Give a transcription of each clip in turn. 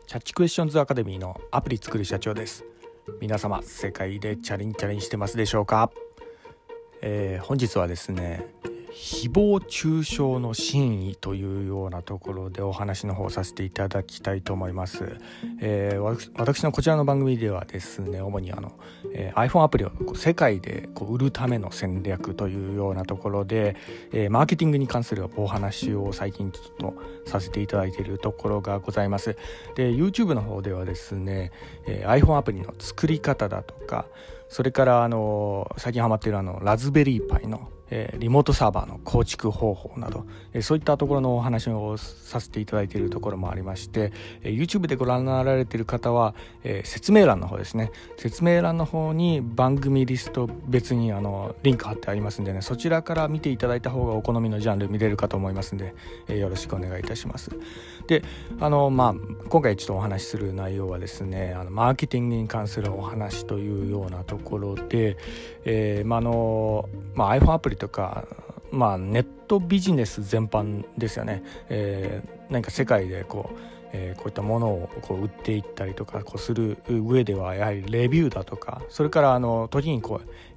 チャッチクエスチョンズアカデミーのアプリ作る社長です。皆様世界でチャレンジしてますでしょうか。本日はですね、誹謗中傷の真意というようなところでお話の方させていただきたいと思います。私のこちらの番組ではですね、主にiPhone アプリを世界で売るための戦略というようなところで、マーケティングに関するお話を最近ちょっとさせていただいているところがございます。で YouTube の方ではですね、iPhone アプリの作り方だとか、それから最近ハマっているラズベリーパイのリモートサーバーの構築方法など、そういったところのお話をさせていただいているところもありまして、YouTube でご覧になられている方は、説明欄の方ですね、説明欄の方に番組リスト別にリンク貼ってありますんでね、そちらから見ていただいた方がお好みのジャンル見れるかと思いますんで、よろしくお願いいたします。で今回ちょっとお話しする内容はですね、マーケティングに関するお話というようなところで、iPhone アプリとか、ネットビジネス全般ですよね。何か世界でこういったものを売っていったりとかする上では、やはりレビューだとか、それから時に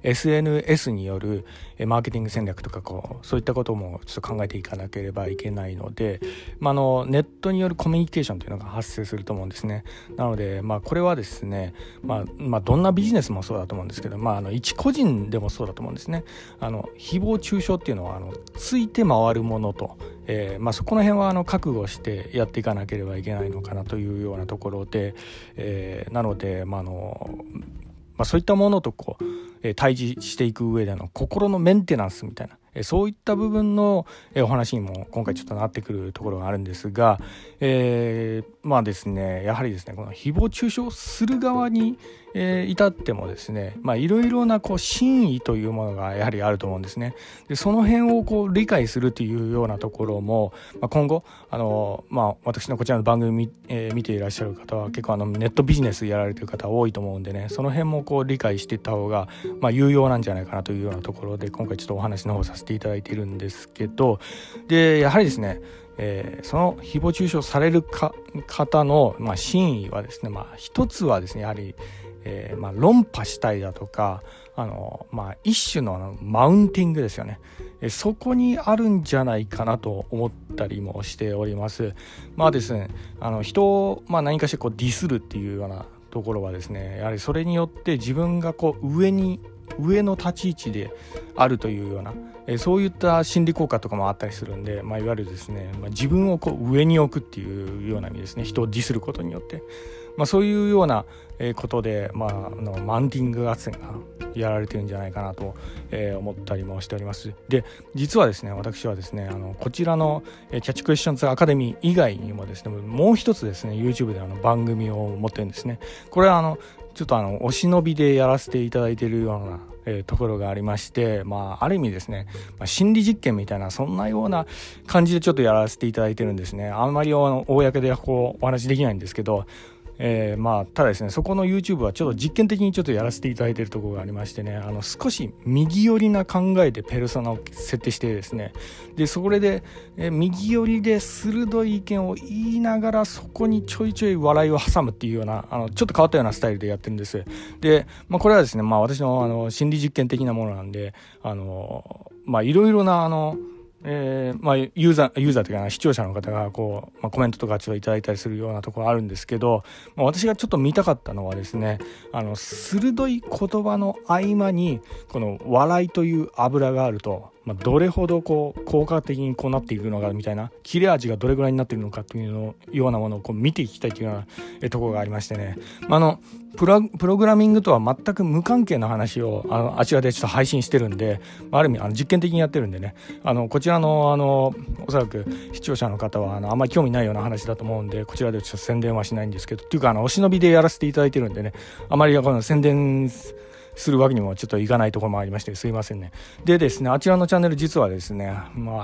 SNS によるマーケティング戦略とかそういったこともちょっと考えていかなければいけないので、ネットによるコミュニケーションというのが発生すると思うんですね。なのでこれはですね、どんなビジネスもそうだと思うんですけど、一個人でもそうだと思うんですね。誹謗中傷っていうのはついて回るものと、そこの辺は覚悟してやっていかなければいけないのかなというようなところで、なので、そういったものと対峙していく上での心のメンテナンスみたいな、そういった部分のお話にも今回ちょっとなってくるところがあるんですが、ですね、やはりですね、この誹謗中傷する側に至ってもですね、いろいろな真意というものがやはりあると思うんですね。でその辺を理解するというようなところも、今後私のこちらの番組見ていらっしゃる方は結構ネットビジネスやられている方多いと思うんでね、その辺も理解していった方が有用なんじゃないかなというようなところで、今回ちょっとお話の方させていただいているんですけど、でやはりですね、その誹謗中傷される方の真意はですね、一つはですね、やはり論破したいだとか、一種のマウンティングですよね。そこにあるんじゃないかなと思ったりもしております。ですね、人を何かしらディスるっていうようなところはですね、やはりそれによって自分が上の立ち位置であるというような、そういった心理効果とかもあったりするんで、いわゆるですね、自分を上に置くっていうような意味ですね。人をディスることによって、そういうようなことで、マウンティング合戦がやられてるんじゃないかなと思ったりもしております。で実はですね、私はですね、こちらのキャッチクエスチョンズアカデミー以外にもですね、もう一つですね、 YouTube で番組を持ってるんですね。これはちょっとお忍びでやらせていただいているようなところがありまして、ある意味ですね、心理実験みたいな、そんなような感じでちょっとやらせていただいてるんですね。あんまり公でお話できないんですけど、ただですね、そこの YouTube はちょっと実験的にちょっとやらせていただいているところがありましてね、少し右寄りな考えでペルソナを設定してですね、でそれで右寄りで鋭い意見を言いながら、そこにちょいちょい笑いを挟むっていうようなちょっと変わったようなスタイルでやってるんです。で、これはですね、私の心理実験的なものなんで、いろいろなユーザーというか視聴者の方がコメントとかちょっといただいたりするようなところあるんですけど、私がちょっと見たかったのはですね、鋭い言葉の合間にこの笑いという油があると、どれほど効果的になっていくのかみたいな、切れ味がどれぐらいになっているのかというようなものを見ていきたいというようなところがありましてね、プログラミングとは全く無関係な話をあちらでちょっと配信してるんで、ある意味実験的にやってるんでね、こちらのおそらく視聴者の方はあんまり興味ないような話だと思うんで、こちらでちょっと宣伝はしないんですけど、っていうかお忍びでやらせていただいてるんでね、あまり宣伝するわけにもちょっといかないところもありまして、すいませんね。でですね、あちらのチャンネル実はですね、やって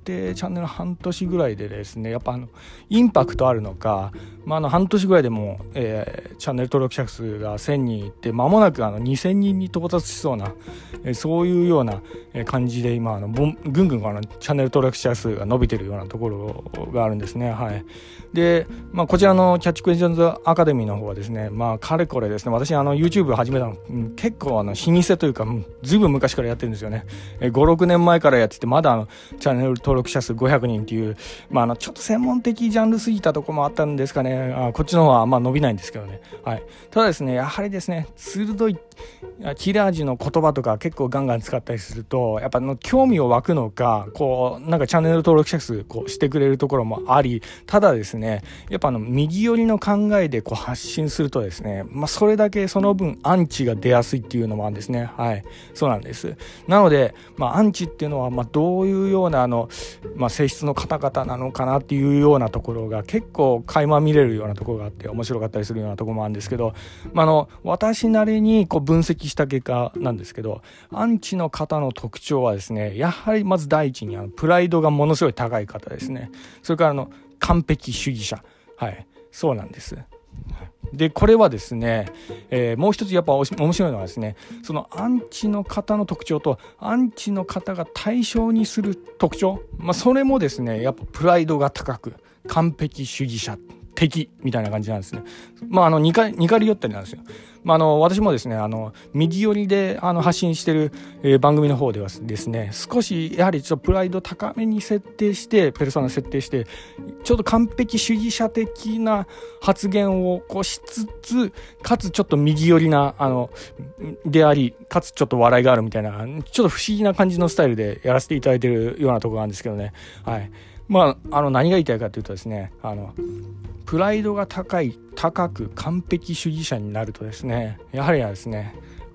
定チャンネル半年ぐらいでですね、やっぱインパクトあるのか、半年ぐらいでも、チャンネル登録者数が1000人いって間もなく2000人に到達しそうな、そういうような感じで今ぐんぐんチャンネル登録者数が伸びてるようなところがあるんですね。はい。で、こちらのキャッチクエスチョンズアカデミーの方はですね、かれこれですね、私YouTube 始めたの、結構老舗というか、ずいぶん昔からやってるんですよね。5、6年前からやってて、まだチャンネル登録者数500人っていう、ちょっと専門的ジャンルすぎたところもあったんですかね。こっちの方は伸びないんですけどね。はい。ただですね、やはりですね、鋭い切れ味の言葉とか結構ガンガン使ったりすると、やっぱ興味を湧くのか、チャンネル登録者数してくれるところもあり、ただですね、やっぱ右寄りの考えで発信するとですね、それだけその分アンチが出やすいっていうのもあるんですね。はい。そうなんです。なので、アンチっていうのは、どういうような性質の方々なのかなっていうようなところが結構垣間見れるようなところがあって面白かったりするようなところもあるんですけど、私なりに分析した結果なんですけど、アンチの方の特徴はですね、やはりまず第一にプライドがものすごい高い方ですね。それから完璧主義者。はい。そうなんです。で、これはですね、もう一つやっぱ面白いのはですね、そのアンチの方の特徴とアンチの方が対象にする特徴、それもですね、やっぱプライドが高く完璧主義者的みたいな感じなんですね。似かり寄ったりなんですよ。私もですね、右寄りで発信してる、番組の方ではですね、少しやはりちょっとプライド高めに設定して、ペルソナ設定して、ちょっと完璧主義者的な発言をしつつ、かつちょっと右寄りな、であり、かつちょっと笑いがあるみたいな、ちょっと不思議な感じのスタイルでやらせていただいてるようなところなんですけどね。はい。何が言いたいかというとですね、プライドが高く完璧主義者になるとですね、やはりですね、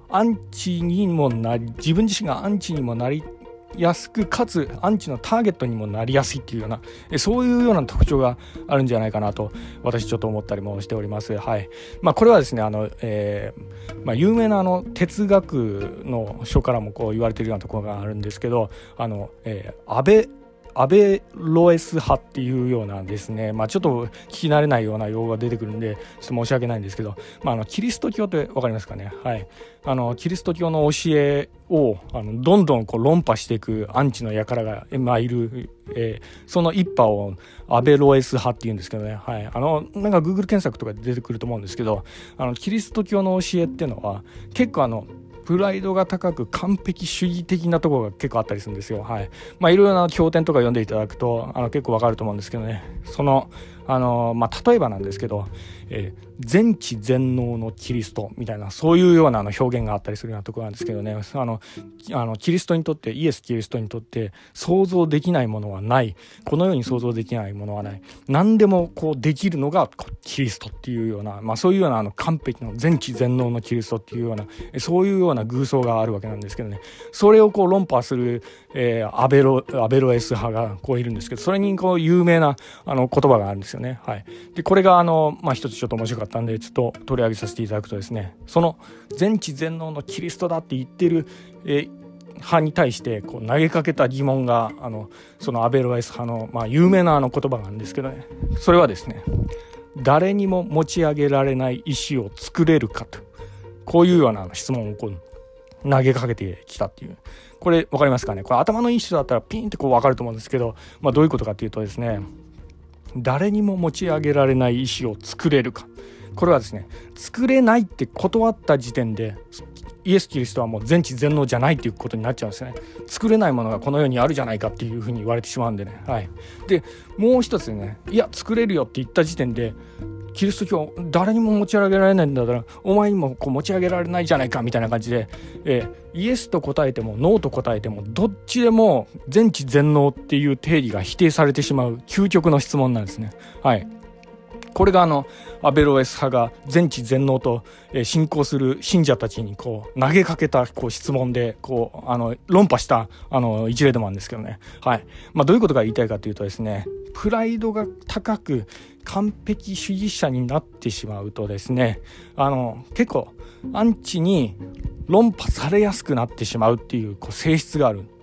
自分自身がアンチにもなりやすく、かつアンチのターゲットにもなりやすいっていうような、そういうような特徴があるんじゃないかなと私ちょっと思ったりもしております。はい。これはですね、有名な哲学の書からも言われているようなところがあるんですけど、アベロエス派っていうようなですね、ちょっと聞き慣れないような用語が出てくるんでちょっと申し訳ないんですけど、キリスト教ってわかりますかね。はい。キリスト教の教えをどんどん論破していくアンチの輩がいる、その一派をアベロエス派っていうんですけどね。はい。Google 検索とかで出てくると思うんですけど、キリスト教の教えっていうのは結構プライドが高く完璧主義的なところが結構あったりするんですよ。はい。いろいろな経典とか読んでいただくと結構わかると思うんですけどね。例えばなんですけど、全知全能のキリストみたいな、そういうような表現があったりするようなところなんですけどね。キリストにとって、イエス・キリストにとって想像できないものはない。この世に想像できないものはない。何でもできるのがキリストっていうような、そういうような完璧の全知全能のキリストっていうような、そういうような偶像があるわけなんですけどね。それを論破する、アベロエス派がいるんですけど、それに有名な言葉があるんですよね。はい。で、これが一つちょっと面白かったんでちょっと取り上げさせていただくとですね、その全知全能のキリストだって言ってる、派に対して投げかけた疑問がそのアベロエス派の、有名な言葉なんですけどね、それはですね、誰にも持ち上げられない石を作れるかと、こういうような質問を投げかけてきたっていう。これ分かりますかね。これ頭のいい人だったらピンって分かると思うんですけど、どういうことかっていうとですね、誰にも持ち上げられない石を作れるか。これはですね、作れないって断った時点でイエス・キリストはもう全知全能じゃないっていうことになっちゃうんですね。作れないものがこの世にあるじゃないかっていうふうに言われてしまうんでね。はい。で、もう一つね、いや作れるよって言った時点で、キリスト教誰にも持ち上げられないんだからお前にも持ち上げられないじゃないかみたいな感じで、イエスと答えてもノーと答えてもどっちでも全知全能っていう定義が否定されてしまう究極の質問なんですね。はい。これがアベロエス派が全知全能と信仰する信者たちに投げかけた質問で論破した一例でもあるんですけどね。はい。どういうことが言いたいかというとですね、プライドが高く完璧主義者になってしまうとですね、結構アンチに論破されやすくなってしまうっていう性質がある。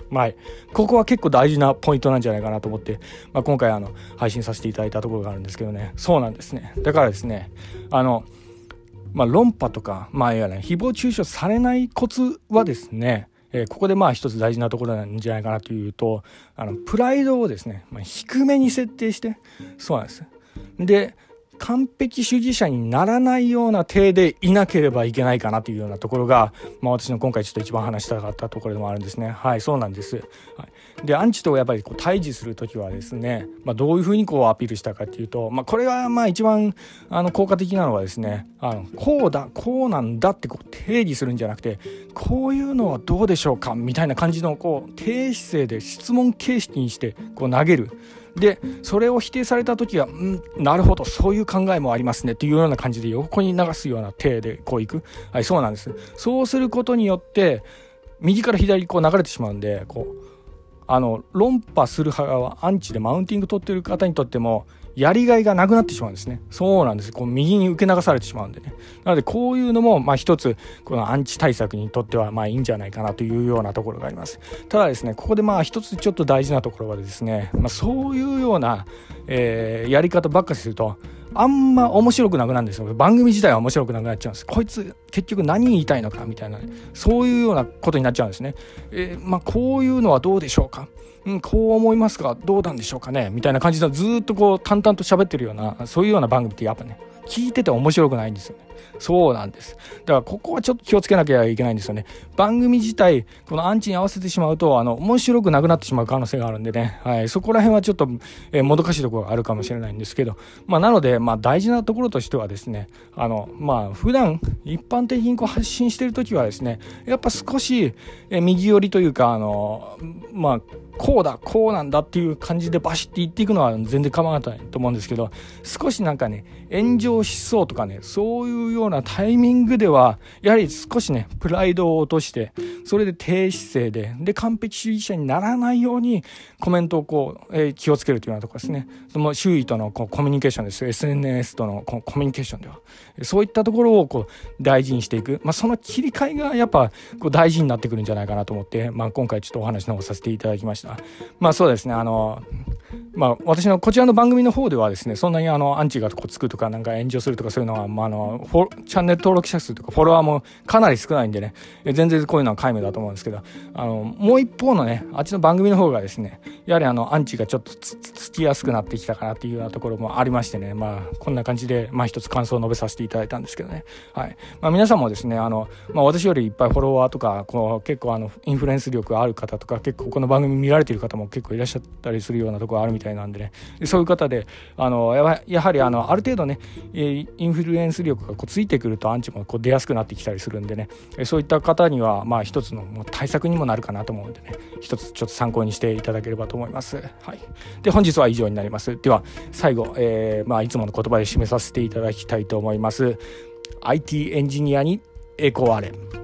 はい、ここは結構大事なポイントなんじゃないかなと思って、今回配信させていただいたところがあるんですけどね。そうなんですね。だからですね、論破とか、誹謗中傷されないコツはですね、ここで一つ大事なところなんじゃないかなというと、プライドをですね、低めに設定して、そうなんです。で、完璧主義者にならないような体でいなければいけないかなというようなところが、私の今回ちょっと一番話したかったところでもあるんですね。はい、そうなんです。はい、で、アンチとやっぱり対峙するときはですね、どういうふうにアピールしたかというと、これが一番効果的なのはですね、こうだ、こうなんだって定義するんじゃなくて、こういうのはどうでしょうかみたいな感じの低姿勢で質問形式にして投げる。でそれを否定された時はなるほどそういう考えもありますねっていうような感じで横に流すような体でいく。はい、そうなんです。そうすることによって右から左に流れてしまうんで、論破する派はアンチでマウンティング取ってる方にとってもやりがいがなくなってしまうんですね。そうなんです。右に受け流されてしまうんでね。なのでこういうのも一つこのアンチ対策にとってはいいんじゃないかなというようなところがあります。ただですね、ここで一つちょっと大事なところはですね、そういうような、やり方ばっかりするとあんま面白くなくなるんですよ。番組自体は面白くなくなっちゃうんです。こいつ結局何言いたいのかみたいな、そういうようなことになっちゃうんですね。こういうのはどうでしょうか、こう思いますがどうなんでしょうかねみたいな感じでずっと淡々と喋ってるような、そういうような番組ってやっぱね聞いてて面白くないんですよね。そうなんです。だからここはちょっと気をつけなきゃいけないんですよね。番組自体このアンチに合わせてしまうと面白くなくなってしまう可能性があるんでね、はい、そこら辺はちょっと、もどかしいところがあるかもしれないんですけど、なので大事なところとしてはですね、普段一般的に発信しているときはですね、やっぱ少し、右寄りというかこうだこうなんだっていう感じでバシッて言っていくのは全然構わないと思うんですけど、少し炎上しそうとかね、そういうようなタイミングではやはり少しプライドを落として、それで低姿勢で完璧主義者にならないようにコメントを気をつけるというようなところですね。その周囲とのコミュニケーションです。 SNS とのコミュニケーションではそういったところを大事にしていく、その切り替えがやっぱ大事になってくるんじゃないかなと思って、今回ちょっとお話の方させていただきました。そうですね、私のこちらの番組の方ではですね、そんなにアンチがつくとか炎上するとかそういうのは、チャンネル登録者数とかフォロワーもかなり少ないんでね、全然こういうのは皆無だと思うんですけど、もう一方のねあっちの番組の方がですね、やはりアンチがちょっとつきやすくなってきたかなっていうようなところもありましてね、こんな感じで一つ感想を述べさせていただいたんですけどね。はい、皆さんもですね私よりいっぱいフォロワーとか結構インフルエンス力ある方とか、結構この番組見られている方も結構いらっしゃったりするようなところあるみたいなんでね、そういう方でやはりある程度ねインフルエンス力がついてくるとアンチも出やすくなってきたりするんでね、そういった方には一つの対策にもなるかなと思うんでね、一つちょっと参考にしていただければと思います。はい、で本日は以上になります。では最後、いつもの言葉で締めさせていただきたいと思います。IT エンジニアに栄光あれ。